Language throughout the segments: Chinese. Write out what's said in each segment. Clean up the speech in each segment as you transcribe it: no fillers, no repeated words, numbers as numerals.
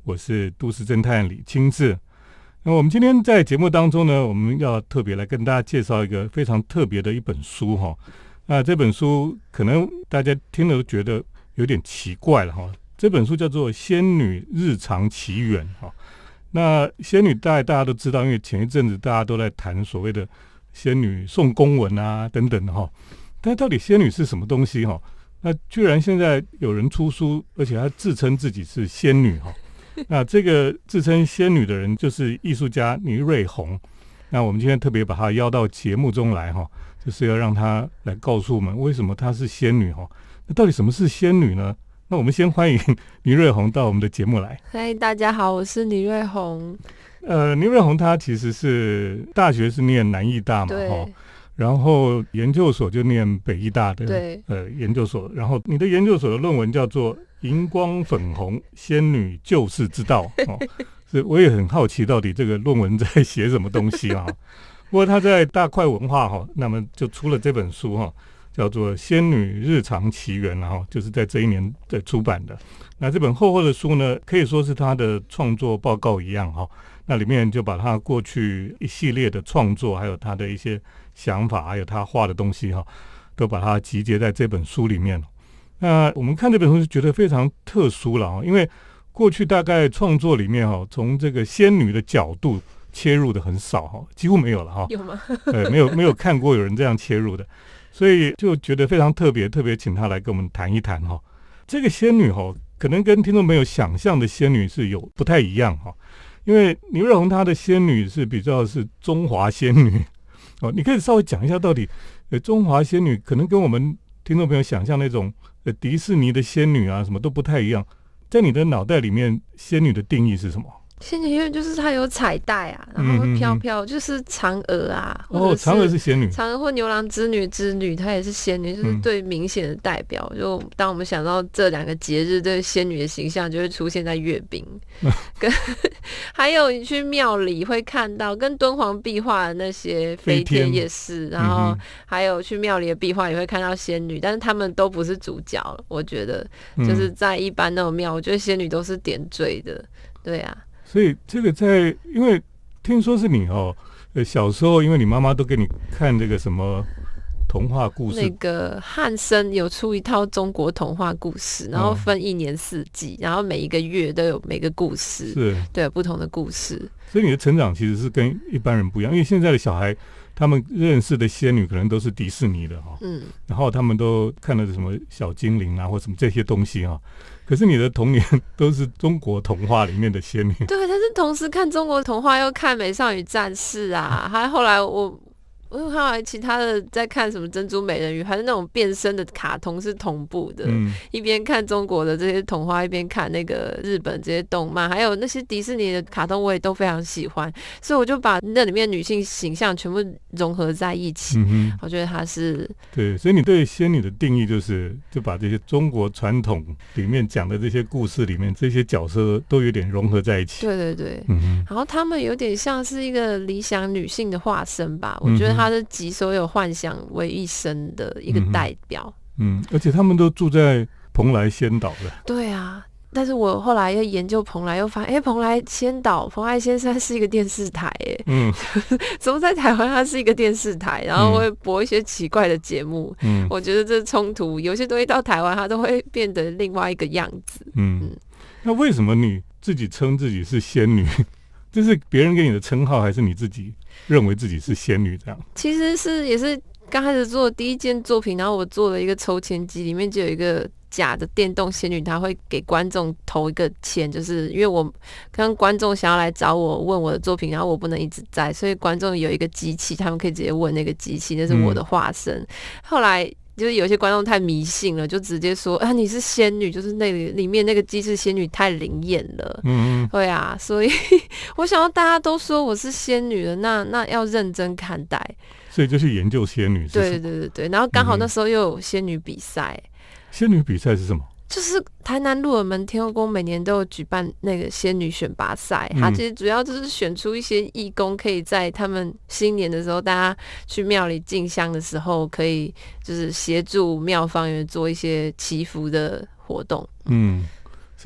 我是都市侦探李清志。那我们今天在节目当中呢，我们要特别来跟大家介绍一个非常特别的一本书哈。那这本书可能大家听了都觉得有点奇怪了哈。这本书叫做《仙女日常奇缘》哈。那仙女大家都知道，因为前一阵子大家都在谈所谓的仙女送公文啊等等的哈。但到底仙女是什么东西哈？那居然现在有人出书，而且他自称自己是仙女哈。那这个自称仙女的人就是艺术家倪瑞红。那我们今天特别把她邀到节目中来哈，就是要让她来告诉我们为什么她是仙女哈。那到底什么是仙女呢？那我们先欢迎倪瑞红到我们的节目来。 嗨，大家好，我是倪瑞红。 倪瑞红她其实是大学是念南艺大嘛哈，然后研究所就念北艺大的研究所，然后你的研究所的论文叫做《荧光粉红仙女救世之道》哦，是我也很好奇到底这个论文在写什么东西啊。不过他在大块文化哈，那么就出了这本书哈，叫做《仙女日常奇缘》然后就是在这一年的出版的。那这本厚厚的书呢，可以说是他的创作报告一样哈。那里面就把他过去一系列的创作，还有他的一些想法，还有他画的东西哈，都把它集结在这本书里面。那我们看这本书就觉得非常特殊了，因为过去大概创作里面从这个仙女的角度切入的很少，几乎没有了哈。 有吗？ 没有看过有人这样切入的，所以就觉得非常特别，特别请他来跟我们谈一谈哈。这个仙女可能跟听众朋友想象的仙女是有不太一样哈。因为倪瑞红她的仙女是比较是中华仙女你可以稍微讲一下到底中华仙女可能跟我们听众朋友想象那种迪士尼的仙女啊什么都不太一样，在你的脑袋里面仙女的定义是什么？ 仙女因为就是它有彩带啊，然后会飘飘，就是嫦娥啊， 嫦娥是仙女， 嫦娥或牛郎织女，她也是仙女，就是最明显的代表。就当我们想到这两个节日，对仙女的形象就会出现在阅兵，跟还有你去庙里会看到，跟敦煌壁画的那些飞天也是，然后还有去庙里的壁画也会看到仙女，但是他们都不是主角。我觉得就是在一般那种庙，我觉得仙女都是点缀的，对啊。 所以这个因为听说是你小时候因为你妈妈都给你看这个什么童话故事， 那个汉森有出一套中国童话故事，然后分1年4季，然后每一个月都有每个故事， 是对不同的故事。 所以你的成长其实是跟一般人不一样，因为现在的小孩他们认识的仙女可能都是迪士尼的然后他们都看了什么小精灵啊或什么这些东西可是你的童年都是中国童话里面的仙女。 对，但是同时看中国童话又看美少女战士啊，还后来我又看到其他的在看什么珍珠美人鱼，还是那种变身的卡通是同步的，一边看中国的这些童话，一边看那个日本这些动漫，还有那些迪士尼的卡通我也都非常喜欢，所以我就把那里面女性形象全部融合在一起。我觉得它是对，所以你对仙女的定义就把这些中国传统里面讲的这些故事里面这些角色都有点融合在一起。 对对对，然后他们有点像是一个理想女性的化身吧，我觉得他是集所有幻想为一身的一个代表。 而且他们都住在蓬莱仙岛的。 对啊，但是我后来又研究蓬莱，又发现蓬莱仙岛、蓬莱仙山是一个电视台怎么在台湾它是一个电视台，然后会播一些奇怪的节目。我觉得这冲突，有些东西到台湾它都会变得另外一个样子。 那为什么你自己称自己是仙女？这是别人给你的称号，还是你自己认为自己是仙女这样？ 其实也是刚开始做的第一件作品，然后我做了一个抽签机，里面就有一个假的电动仙女，她会给观众投一个签，就是因为我刚观众想要来找我问我的作品，然后我不能一直在，所以观众有一个机器，他们可以直接问那个机器，那是我的化身。后来就是有些观众太迷信了，就直接说啊你是仙女，就是那里面那个机智仙女太灵验了。对啊，所以我想要大家都说我是仙女了，那要认真看待。 所以就去研究仙女是什么？ 对对对对，然后刚好那时候又有仙女比赛。 仙女比赛是什么？ 就是台南鹿耳门天后宫每年都有举办那个仙女选拔赛，它其实主要就是选出一些义工，可以在他们新年的时候，大家去庙里进香的时候，可以就是协助庙方员做一些祈福的活动。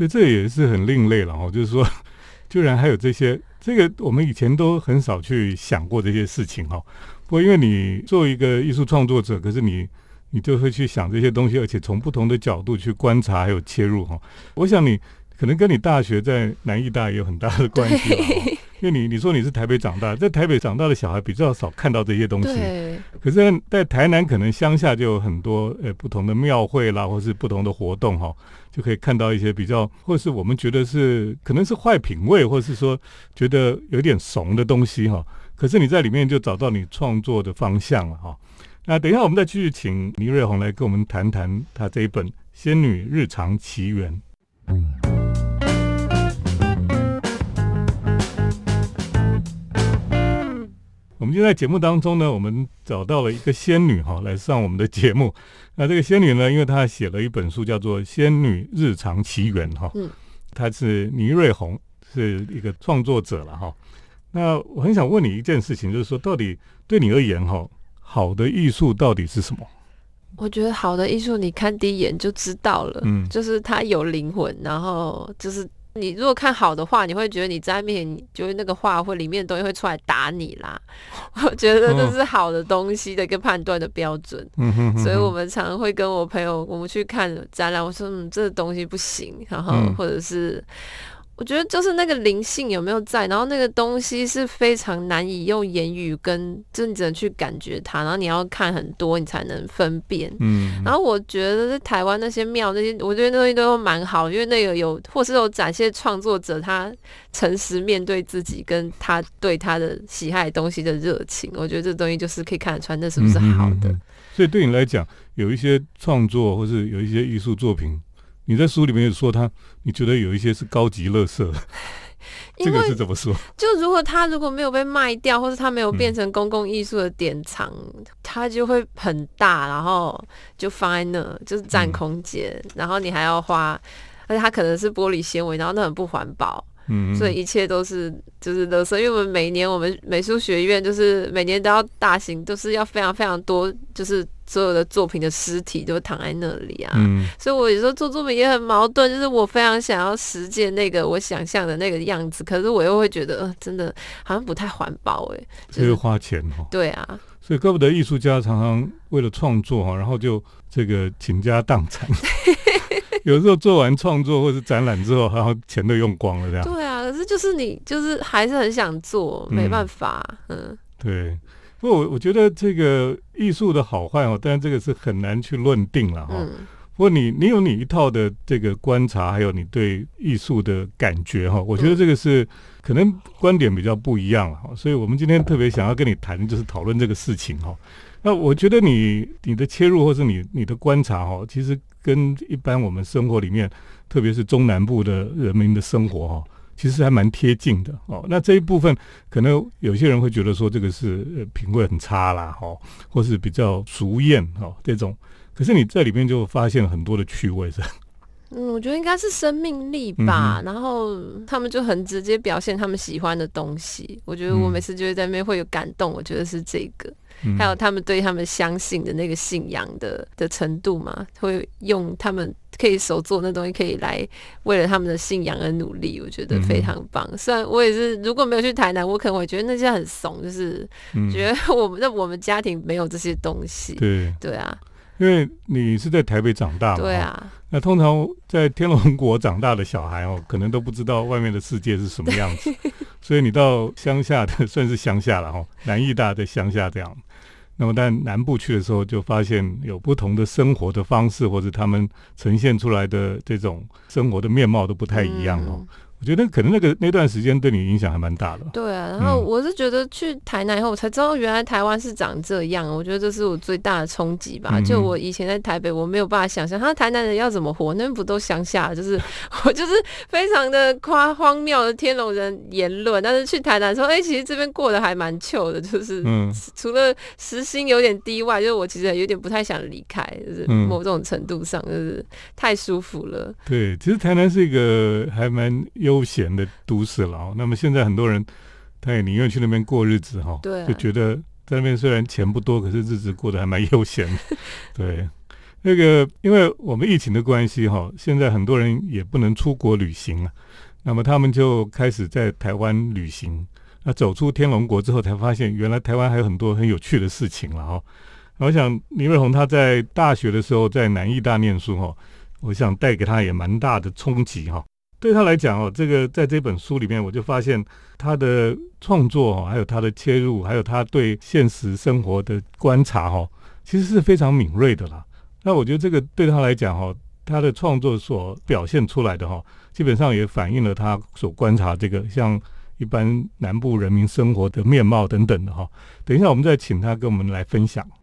所以这也是很另类了就是说居然还有这些，这个我们以前都很少去想过这些事情不过因为你作为一个艺术创作者，可是你就会去想这些东西，而且从不同的角度去观察还有切入我想你可能跟你大学在南艺大也有很大的关系因为你说你是台北长大，在台北长大的小孩比较少看到这些东西，可是在台南可能乡下就有很多不同的庙会啦，或是不同的活动就可以看到一些比较，或是我们觉得是可能是坏品味，或是说觉得有点怂的东西可是你在里面就找到你创作的方向了那等一下我们再继续请倪瑞红来跟我们谈谈他这一本《仙女日常奇缘》。我们今天在节目当中呢，我们找到了一个仙女来上我们的节目。那这个仙女呢，因为她写了一本书叫做《仙女日常奇缘》她是倪瑞红，是一个创作者了那我很想问你一件事情，就是说到底对你而言好的艺术到底是什么？ 我觉得好的艺术你看第一眼就知道了就是它有灵魂，然后就是你如果看好的画，你会觉得你在面前，就是那个画会里面的东西会出来打你啦。我觉得这是好的东西的一个判断的标准。所以我们常会跟我朋友，我们去看展览，我说这个东西不行，然后或者是我觉得就是那个灵性有没有在，然后那个东西是非常难以用言语跟真正去感觉它，然后你要看很多你才能分辨。然后我觉得在台湾那些庙那些，我觉得那东西都蛮好，因为那个有或是有展现创作者他诚实面对自己跟他对他的喜爱的东西的热情，我觉得这东西就是可以看得出来那是不是好的。 所以对你来讲，有一些创作或是有一些艺术作品，你在书里面有说你觉得有一些是高级垃圾，这个是怎么说？ 就他如果没有被卖掉，或是他没有变成公共艺术的典藏，它就会很大，然后就放在那，就是占空间，然后你还要花，而且它可能是玻璃纤维，然后那很不环保。所以一切都是就是垃圾，因为我们每年我们美术学院就是每年都要大型，都是要非常非常多，就是所有的作品的尸体都躺在那里啊。所以我有时候做作品也很矛盾，就是我非常想要实践那个我想象的那个样子，可是我又会觉得真的好像不太环保所以花钱对啊， 所以怪不得艺术家常常为了创作然后就这个倾家荡产。有时候做完创作或是展览之后，然后钱都用光了这样。 对啊，可是就是你就是还是很想做，没办法。 对。不过我觉得这个艺术的好坏但是这个是很难去论定了不过你有你一套的这个观察，还有你对艺术的感觉我觉得这个是可能观点比较不一样了所以我们今天特别想要跟你谈，就是讨论这个事情那我觉得你的切入或是你的观察其实跟一般我们生活里面，特别是中南部的人民的生活其实还蛮贴近的那这一部分可能有些人会觉得说这个是品味很差啦或是比较俗艳这种，可是你在里面就发现了很多的趣味是。 我觉得应该是生命力吧，然后他们就很直接表现他们喜欢的东西。我觉得我每次就会在那边会有感动，我觉得是这个。还有他们对他们相信的那个信仰的程度嘛，会用他们可以手做那东西，可以来为了他们的信仰而努力，我觉得非常棒。虽然我也是如果没有去台南，我可能会觉得那些很怂，就是觉得我们家庭没有这些东西。对啊， 因为你是在台北长大嘛， 对啊。 那通常在天龙国长大的小孩可能都不知道外面的世界是什么样子，所以你到乡下的算是乡下了南艺大在乡下这样。那么在南部去的时候，就发现有不同的生活的方式，或者他们呈现出来的这种生活的面貌都不太一样我觉得可能那段时间对你影响还蛮大的。 对啊，然后我是觉得去台南以后，我才知道原来台湾是长这样。我觉得这是我最大的冲击吧。就我以前在台北，我没有办法想象，台南人要怎么活，那边不都乡下？就是我就是非常的荒谬的天龙人言论。但是去台南说，其实这边过得还蛮chill的，就是除了时薪有点低外，就是我其实有点不太想离开，就是某种程度上就是太舒服了。 对，其实台南是一个还蛮悠闲的都市了那么现在很多人他也宁愿去那边过日子对就觉得在那边虽然钱不多，可是日子过得还蛮悠闲的对， 那个因为我们疫情的关系现在很多人也不能出国旅行了，那么他们就开始在台湾旅行。那走出天龙国之后，才发现原来台湾还有很多很有趣的事情了我想倪瑞红他在大学的时候在南艺大念书我想带给他也蛮大的冲击对他来讲这个在这本书里面我就发现他的创作还有他的切入，还有他对现实生活的观察其实是非常敏锐的啦。那我觉得这个对他来讲他的创作所表现出来的基本上也反映了他所观察这个像一般南部人民生活的面貌等等的等一下我们再请他跟我们来分享。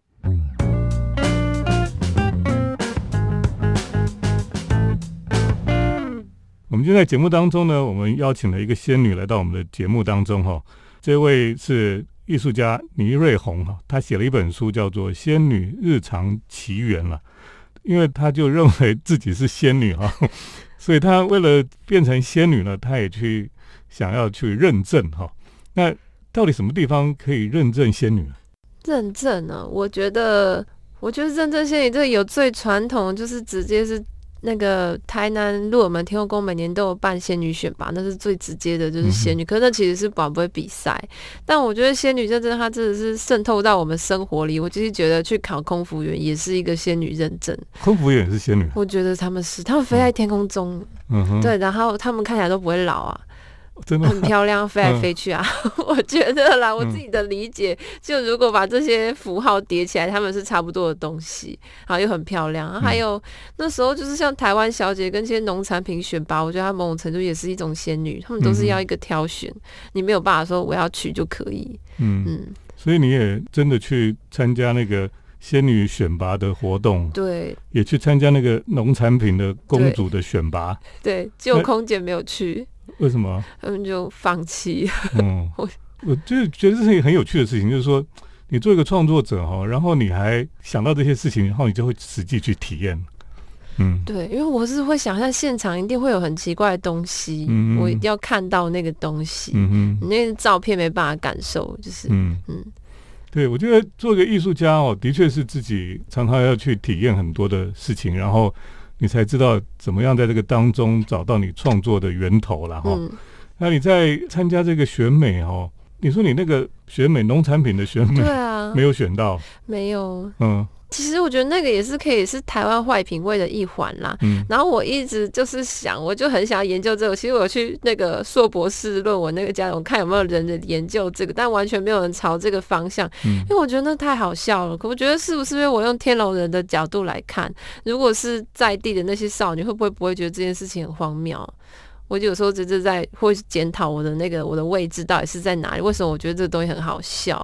我们今天在节目当中呢，我们邀请了一个仙女来到我们的节目当中这位是艺术家倪瑞红他写了一本书叫做《仙女日常奇缘》了，因为他就认为自己是仙女所以他为了变成仙女呢，他也想要去认证那到底什么地方可以认证仙女？ 认证呢？我觉得认证仙女这个有最传统，就是直接是那个台南鹿耳门天后宫每年都有办仙女选拔，那是最直接的，就是仙女。可是那其实是不会比赛，但我觉得仙女认证它真的是渗透到我们生活里。我就是觉得去考空服员也是一个仙女认证， 空服员也是仙女。 我觉得他们飞在天空中，对，然后他们看起来都不会老啊。真的很漂亮，飞来飞去啊！我觉得啦，我自己的理解，就如果把这些符号叠起来，他们是差不多的东西，然后又很漂亮。还有那时候就是像台湾小姐跟这些农产品选拔，我觉得她某种程度也是一种仙女，他们都是要一个挑选，你没有办法说我要取就可以。 所以你也真的去参加那个仙女选拔的活动， 对，也去参加那个农产品的公主的选拔， 对，只有空姐没有去。 为什么？ 他们就放弃。 我就觉得这是一个很有趣的事情，就是说你做一个创作者然后你还想到这些事情，然后你就会实际去体验。 对，因为我是会想象现场一定会有很奇怪的东西，我一定要看到那个东西。你那个照片没办法感受，就是对，我觉得做一个艺术家的确是自己常常要去体验很多的事情，然后你才知道怎么样在这个当中找到你创作的源头了那你在参加这个选美你说你那个选美农产品的选美，对啊，没有选到， 没有。其实我觉得那个也是可以是台湾坏品味的一环啦。然后我一直就是想，我就很想要研究这个。其实我去那个硕博士论文那个家，我看有没有人的研究这个，但完全没有人朝这个方向。因为我觉得那太好笑了。可我觉得是不是因为我用天龙人的角度来看，如果是在地的那些少女，会不会觉得这件事情很荒谬？我有时候只是会检讨我的位置到底是在哪里，为什么我觉得这个东西很好笑。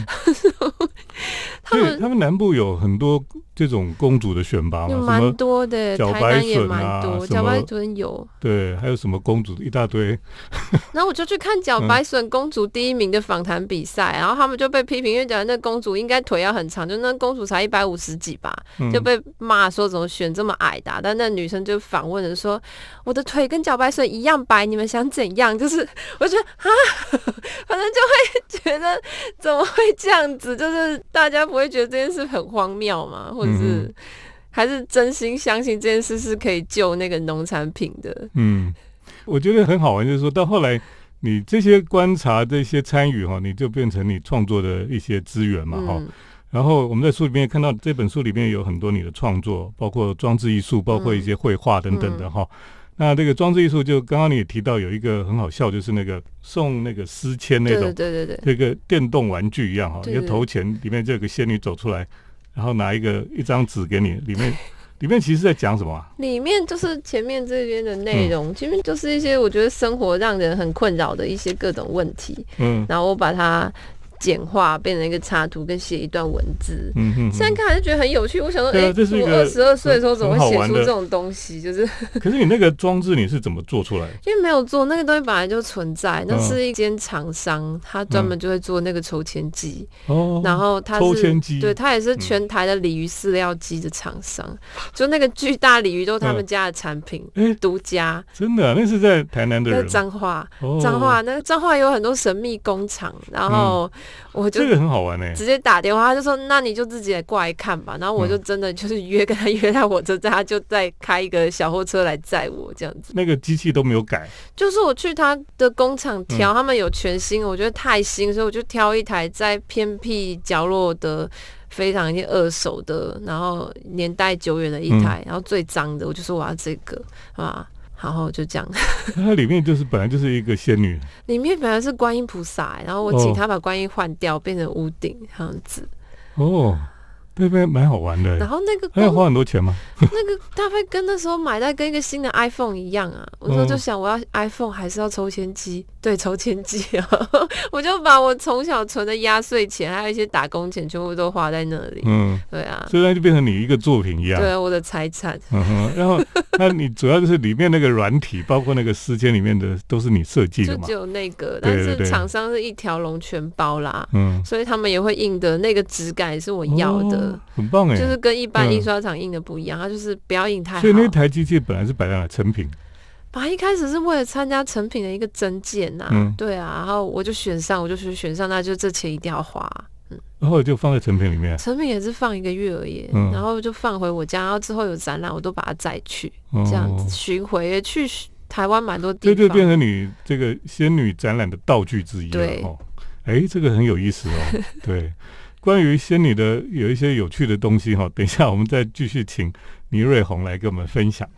他们南部有很多这种公主的选拔嘛， 有蛮多的， 台南也蛮多，茭白笋有， 对，还有什么公主一大堆。 然后我就去看茭白笋公主第1名的访谈比赛，然后他们就被批评，因为讲那公主应该腿要很长，就那公主才150几吧，就被骂说怎么选这么矮的但那女生就反问人说，我的腿跟茭白笋一样白，你们想怎样？就是我觉得反正就会觉得怎么会这样子，就是大家不会觉得这件事很荒谬吗？或者是还是真心相信这件事是可以救那个农产品的？ 我觉得很好玩，就是说到后来你这些观察这些参与你就变成你创作的一些资源嘛然后我们在书里面看到这本书里面有很多你的创作，包括装置艺术，包括一些绘画等等的那这个装置艺术就刚刚你也提到有一个很好笑，就是那个送那个丝签那种，对，这个电动玩具一样一个头钱里面就有个仙女走出来，然后拿一张纸给你，里面其实在讲什么里面就是前面这边的内容，前面就是一些我觉得生活让人很困扰的一些各种问题，然后我把它简化变成一个插图跟写一段文字，现在看还是觉得很有趣。我想说，我22岁的时候怎么会写出这种东西？就是， 可是你那个装置你是怎么做出来？ 因为没有做那个东西本来就存在，那是一间厂商，他专门就会做那个抽签机，然后他是抽签机，对，他也是全台的鲤鱼饲料机的厂商，就那个巨大鲤鱼都是他们家的产品，独家。 真的，那是在台南的人， 在彰化，那彰化有很多神秘工厂，然后我就这个很好玩直接打电话，他就说那你就自己来过来看吧，然后我就真的就是跟他约在火车站，他就再开一个小货车来载我这样子。 那个机器都没有改， 就是我去他的工厂挑，他们有全新，我觉得太新，所以我就挑一台在偏僻角落的非常一些二手的，然后年代久远的一台，然后最脏的，我就说我要这个啊。然后就这样， 它里面就是本来就是一个仙女， 里面本来是观音菩萨，然后我请他把观音换掉，变成屋顶这样子。 哦，对对，蛮好玩的。 然后那个还要花很多钱吗？ 那个大概跟那时候买的跟一个新的 iPhone 一样啊。我那时候就想，我要 iPhone 还是要抽签机？对，抽签机啊！我就把我从小存的压岁钱，还有一些打工钱，全部都花在那里。对啊， 所以它就变成你一个作品一样。 对，我的财产。 然后那你主要就是里面那个软体，包括那个丝间里面的，都是你设计的嘛？ 就只有那个，但是厂商是一条龙全包啦。所以他们也会印的那个质感也是我要的， 很棒哎， 就是跟一般印刷厂印的不一样，它就是不要印太好。 所以那台机器本来是摆在哪成品？ 一开始是为了参加成品的一个征件呐，对啊，然后我就选上，那就这钱一定要花， 然后就放在成品里面。 成品也是放1个月而已，然后就放回我家，然后之后有展览，我都把它载去，这样子巡回也去台湾蛮多地方， 这就变成你这个仙女展览的道具之一了。 对， 这个很有意思哦。对，关于仙女的有一些有趣的东西哈，等一下我们再继续请倪瑞红来跟我们分享。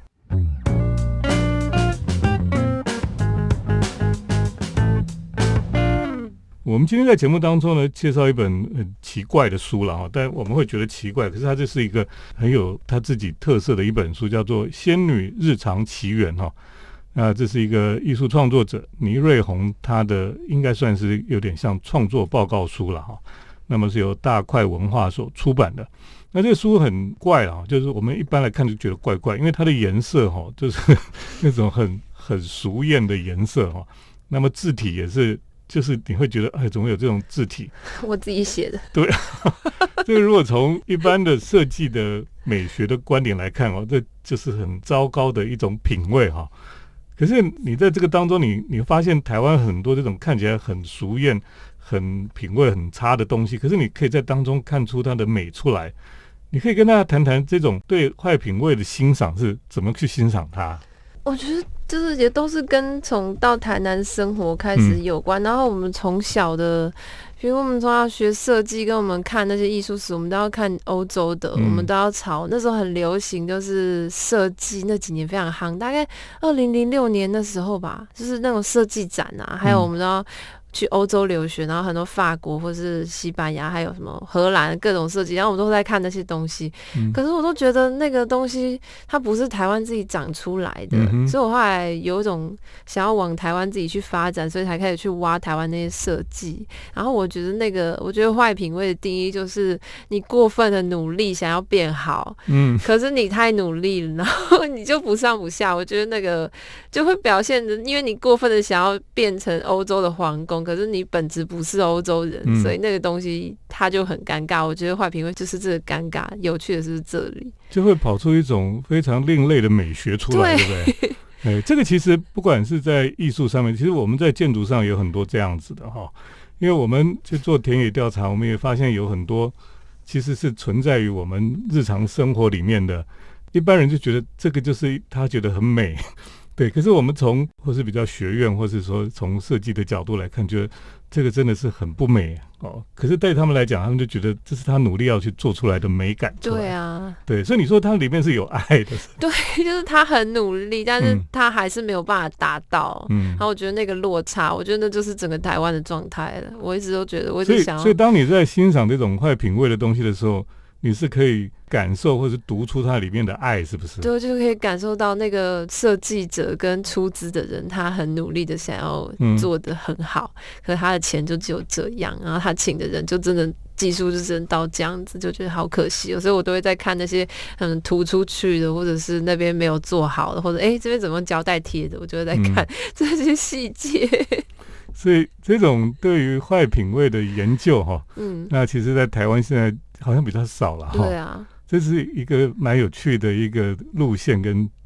我们今天在节目当中呢，介绍一本很奇怪的书了哈，但我们会觉得奇怪，可是它这是一个很有它自己特色的一本书，叫做《仙女日常奇缘》哈。那这是一个艺术创作者倪瑞红，他的应该算是有点像创作报告书了哈。那么是由大块文化所出版的。那这个书很怪啊，就是我们一般来看就觉得怪怪，因为它的颜色哈，就是那种很俗艳的颜色哈。那么字体也是。就是你会觉得，怎么有这种字体？ 我自己写的。 对，这个如果从一般的设计的美学的观点来看这就是很糟糕的一种品味哈。可是你在这个当中，你发现台湾很多这种看起来很俗艳、很品味很差的东西，可是你可以在当中看出它的美出来。你可以跟大家谈谈这种对坏品味的欣赏是怎么去欣赏它。 我觉得就是也都是跟从到台南生活开始有关，然后我们从小的，比如我们从小学设计，跟我们看那些艺术史，我们都要看欧洲的，我们都要朝那时候很流行，就是设计那几年非常夯，大概2006年的时候吧，就是那种设计展啊，还有我们都要去欧洲留学，然后很多法国或是西班牙，还有什么荷兰各种设计，然后我们都在看那些东西。可是我都觉得那个东西它不是台湾自己长出来的，所以我后来有一种想要往台湾自己去发展，所以才开始去挖台湾那些设计。然后我觉得坏品味的定义就是你过分的努力想要变好，可是你太努力了，然后你就不上不下。我觉得那个就会表现的，因为你过分的想要变成欧洲的皇宫。可是你本质不是欧洲人，所以那个东西它就很尴尬。我觉得坏品味就是这个尴尬，有趣的是这里就会跑出一种非常另类的美学出来，对不对？这个其实不管是在艺术上面，其实我们在建筑上有很多这样子的哈。因为我们去做田野调查，我们也发现有很多其实是存在于我们日常生活里面的。一般人就觉得这个就是他觉得很美。对，可是我们或是比较学院，或是说从设计的角度来看，觉得这个真的是很不美哦。可是对他们来讲，他们就觉得这是他努力要去做出来的美感。 对啊， 对，所以你说它里面是有爱的。 对，就是他很努力，但是他还是没有办法达到。然后我觉得那个落差，我觉得那就是整个台湾的状态了。我一直都觉得，我一直想要。 所以当你在欣赏这种坏品味的东西的时候，你是可以感受或是读出它里面的爱，是不是？ 对，就可以感受到那个设计者跟出资的人，他很努力的想要做得很好，可是他的钱就只有这样，然后他请的人就真的技术就只能到这样子，就觉得好可惜。所以我都会在看那些突出去的，或者是那边没有做好的，或者这边怎么胶带贴的，我就会在看这些细节。 所以这种对于坏品味的研究那其实在台湾现在好像比较少了哈。 对啊， 这是一个蛮有趣的一个路线跟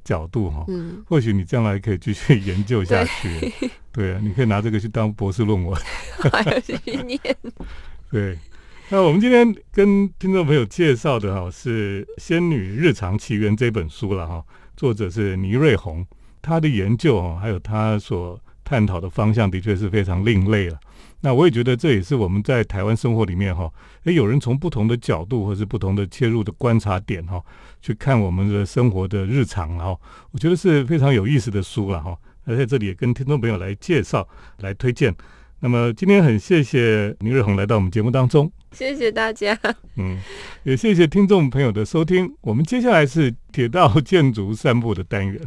角度哈，或许你将来可以继续研究下去。对啊，你可以拿这个去当博士论文， 还有去念。 对，那我们今天跟听众朋友介绍的哈是《仙女日常奇缘》这本书了哈，作者是倪瑞红，他的研究哈还有他所探讨的方向的确是非常另类了。那我也觉得这也是我们在台湾生活里面哈，有人从不同的角度或是不同的切入的观察点哈，去看我们的生活的日常哈，我觉得是非常有意思的书了哈。而在这里也跟听众朋友来介绍、来推荐。那么今天很谢谢倪瑞红来到我们节目当中， 谢谢大家。 也谢谢听众朋友的收听。我们接下来是铁道建筑散步的单元。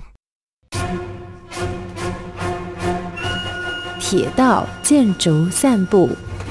铁道建筑散步，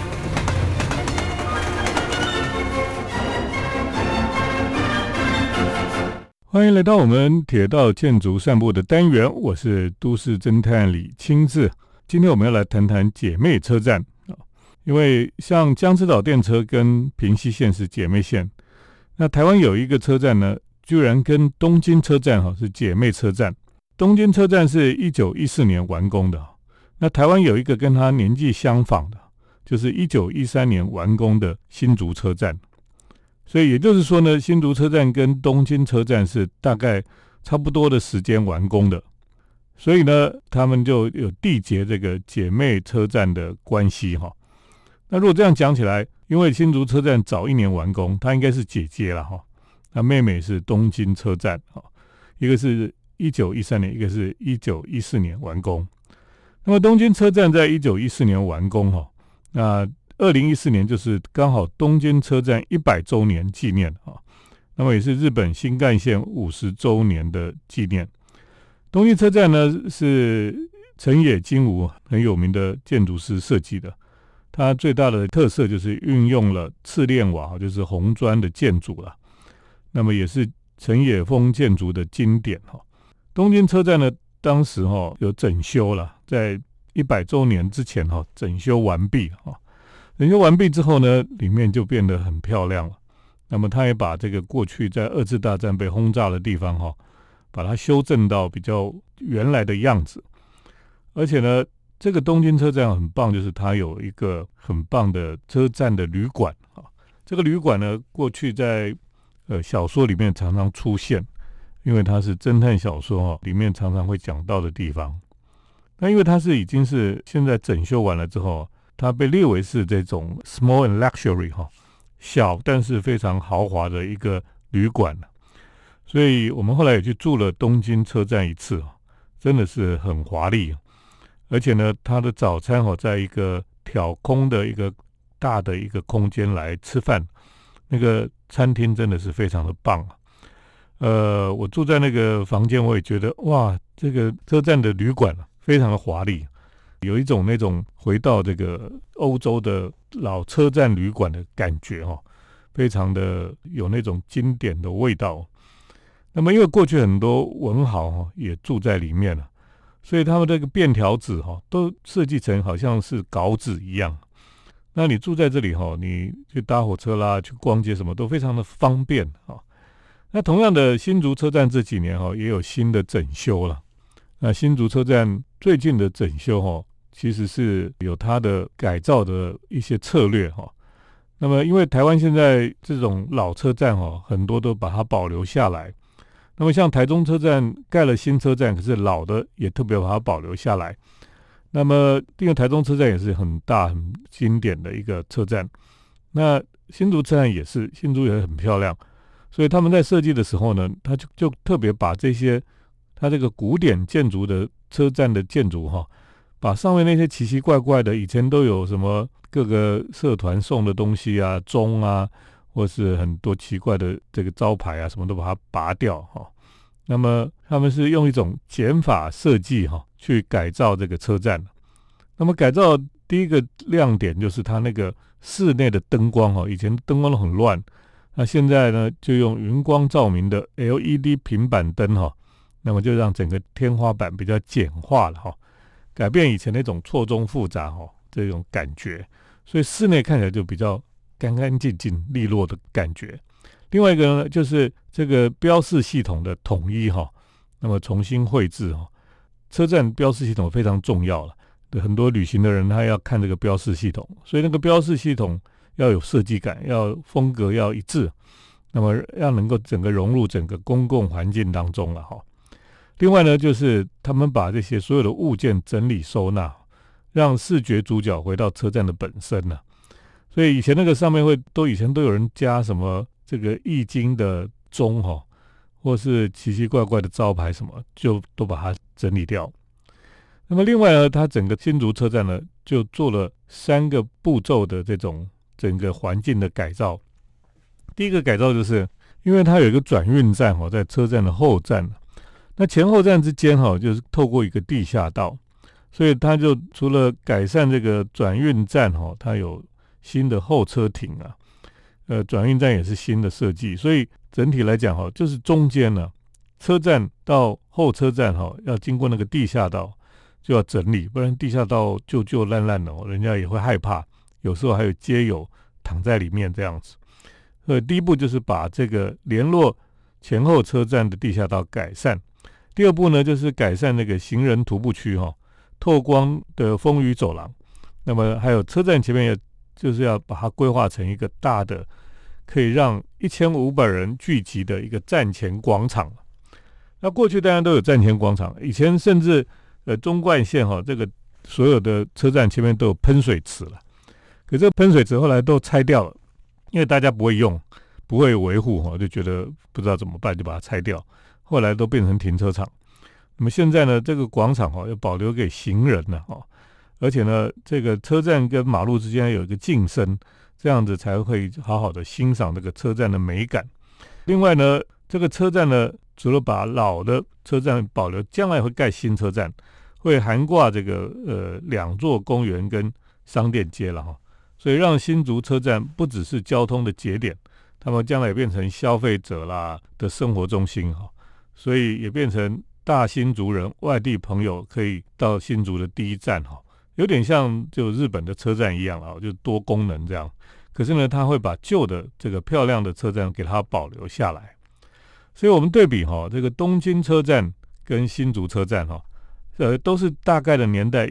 欢迎来到我们铁道建筑散步的单元，我是都市侦探李清志。今天我们要来谈谈姐妹车站，因为像江之岛电车跟平溪线是姐妹线，那台湾有一个车站呢，居然跟东京车站是姐妹车站。东京车站是1914年完工的，那台湾有一个跟它年纪相仿的，就是1913年完工的新竹车站。所以也就是说呢，新竹车站跟东京车站是大概差不多的时间完工的，所以呢，他们就有缔结这个姐妹车站的关系哈。那如果这样讲起来，因为新竹车站早一年完工，它应该是姐姐了哈。那妹妹是东京车站哈，一个是1913年，一个是1914年完工。那么东京车站在1914年完工哈，那2014年就是刚好东京车站100周年纪念啊，那么也是日本新干线50周年的纪念。东京车站呢是成野金吾很有名的建筑师设计的，它最大的特色就是运用了赤炼瓦，就是红砖的建筑啦，那么也是成野风建筑的经典哈。东京车站呢当时有整修了，在100周年之前整修完毕整修完毕之后呢，里面就变得很漂亮了。那么他也把这个过去在2次大战被轰炸的地方把它修正到比较原来的样子。而且呢，这个东京车站很棒，就是它有一个很棒的车站的旅馆这个旅馆呢，过去在小说里面常常出现，因为它是侦探小说里面常常会讲到的地方。那因为它是已经是现在整修完了之后，它被列为是这种 small and luxury 小但是非常豪华的一个旅馆，所以我们后来也去住了东京车站一次，真的是很华丽。而且呢，它的早餐在一个挑空的一个大的一个空间来吃饭，那个餐厅真的是非常的棒。我住在那个房间，我也觉得哇，这个车站的旅馆非常的华丽，有一种那种回到这个欧洲的老车站旅馆的感觉非常的有那种经典的味道。那么因为过去很多文豪也住在里面了，所以他们这个便条纸都设计成好像是稿纸一样。那你住在这里你去搭火车啦，去逛街什么都非常的方便那同样的，新竹车站这几年也有新的整修了。那新竹车站最近的整修其实是有它的改造的一些策略那么因为台湾现在这种老车站很多都把它保留下来。那么像台中车站盖了新车站，可是老的也特别把它保留下来。那么因为台中车站也是很大很经典的一个车站，那新竹车站也是，新竹也很漂亮，所以他们在设计的时候呢，他就特别把这些它这个古典建筑的车站的建筑把上面那些奇奇怪怪的以前都有什么各个社团送的东西啊，钟啊，或是很多奇怪的这个招牌啊，什么都把它拔掉那么他们是用一种减法设计去改造这个车站。那么改造第一个亮点就是它那个室内的灯光以前灯光都很乱，那现在呢就用云光照明的 LED 平板灯那么就让整个天花板比较简化了改变以前那种错综复杂这种感觉，所以室内看起来就比较干干净净利落的感觉。另外一个呢，就是这个标示系统的统一那么重新绘制车站标示系统非常重要了，很多旅行的人他要看这个标示系统，所以那个标示系统要有设计感，要风格要一致，那么要能够整个融入整个公共环境当中了另外呢，就是他们把这些所有的物件整理收纳，让视觉主角回到车站的本身了。所以以前那个上面以前都有人加什么这个易经的钟或是奇奇怪怪的招牌什么，就都把它整理掉。那么另外呢，它整个新竹车站呢，就做了3个步骤的这种整个环境的改造。第一个改造就是因为它有一个转运站在车站的后站，那前后站之间就是透过一个地下道，所以它就除了改善这个转运站它有新的候车亭转运站也是新的设计，所以整体来讲就是中间呢，车站到后车站要经过那个地下道就要整理，不然地下道旧旧烂烂的人家也会害怕，有时候还有街友躺在里面这样子。所以第一步就是把这个联络前后车站的地下道改善。第二步呢，就是改善那个行人徒步区透光的风雨走廊。那么还有车站前面也就是要把它规划成一个大的可以让1500人聚集的一个站前广场。那过去大家都有站前广场，以前甚至中冠线这个所有的车站前面都有喷水池了，可这个喷水池后来都拆掉了，因为大家不会用，不会维护就觉得不知道怎么办，就把它拆掉，后来都变成停车场。那么现在呢，这个广场要保留给行人了而且呢，这个车站跟马路之间有一个进深，这样子才会好好的欣赏这个车站的美感。另外呢，这个车站呢，除了把老的车站保留，将来会盖新车站，会涵挂这个2座公园跟商店街了所以让新竹车站不只是交通的节点，他们将来也变成消费者啦的生活中心所以也变成大新竹人外地朋友可以到新竹的第一站有点像就日本的车站一样就多功能这样。可是呢，他会把旧的这个漂亮的车站给它保留下来。所以我们对比这个东京车站跟新竹车站都是大概的年代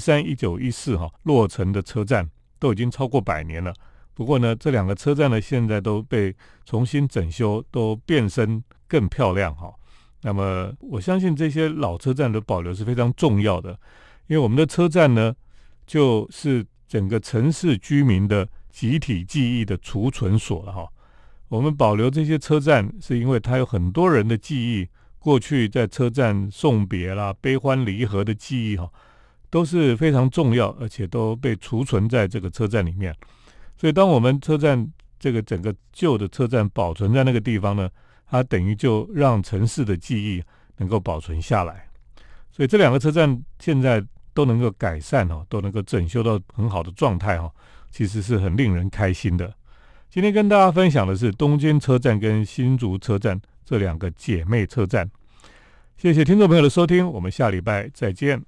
1913、1914落成的车站，都已经超过100年了。不过呢，这2个车站呢，现在都被重新整修，都变身更漂亮那么我相信这些老车站的保留是非常重要的，因为我们的车站呢，就是整个城市居民的集体记忆的储存所了我们保留这些车站，是因为它有很多人的记忆，过去在车站送别啦、悲欢离合的记忆都是非常重要，而且都被储存在这个车站里面。所以当我们车站这个整个旧的车站保存在那个地方呢，它等于就让城市的记忆能够保存下来。所以这2个车站现在都能够改善都能够整修到很好的状态其实是很令人开心的。今天跟大家分享的是东京车站跟新竹车站这2个姐妹车站。谢谢听众朋友的收听，我们下礼拜再见。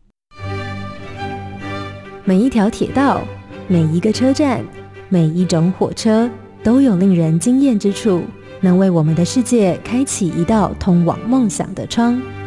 每一条铁道，每一个车站，每一种火车，都有令人惊艳之处，能为我们的世界开启一道通往梦想的窗。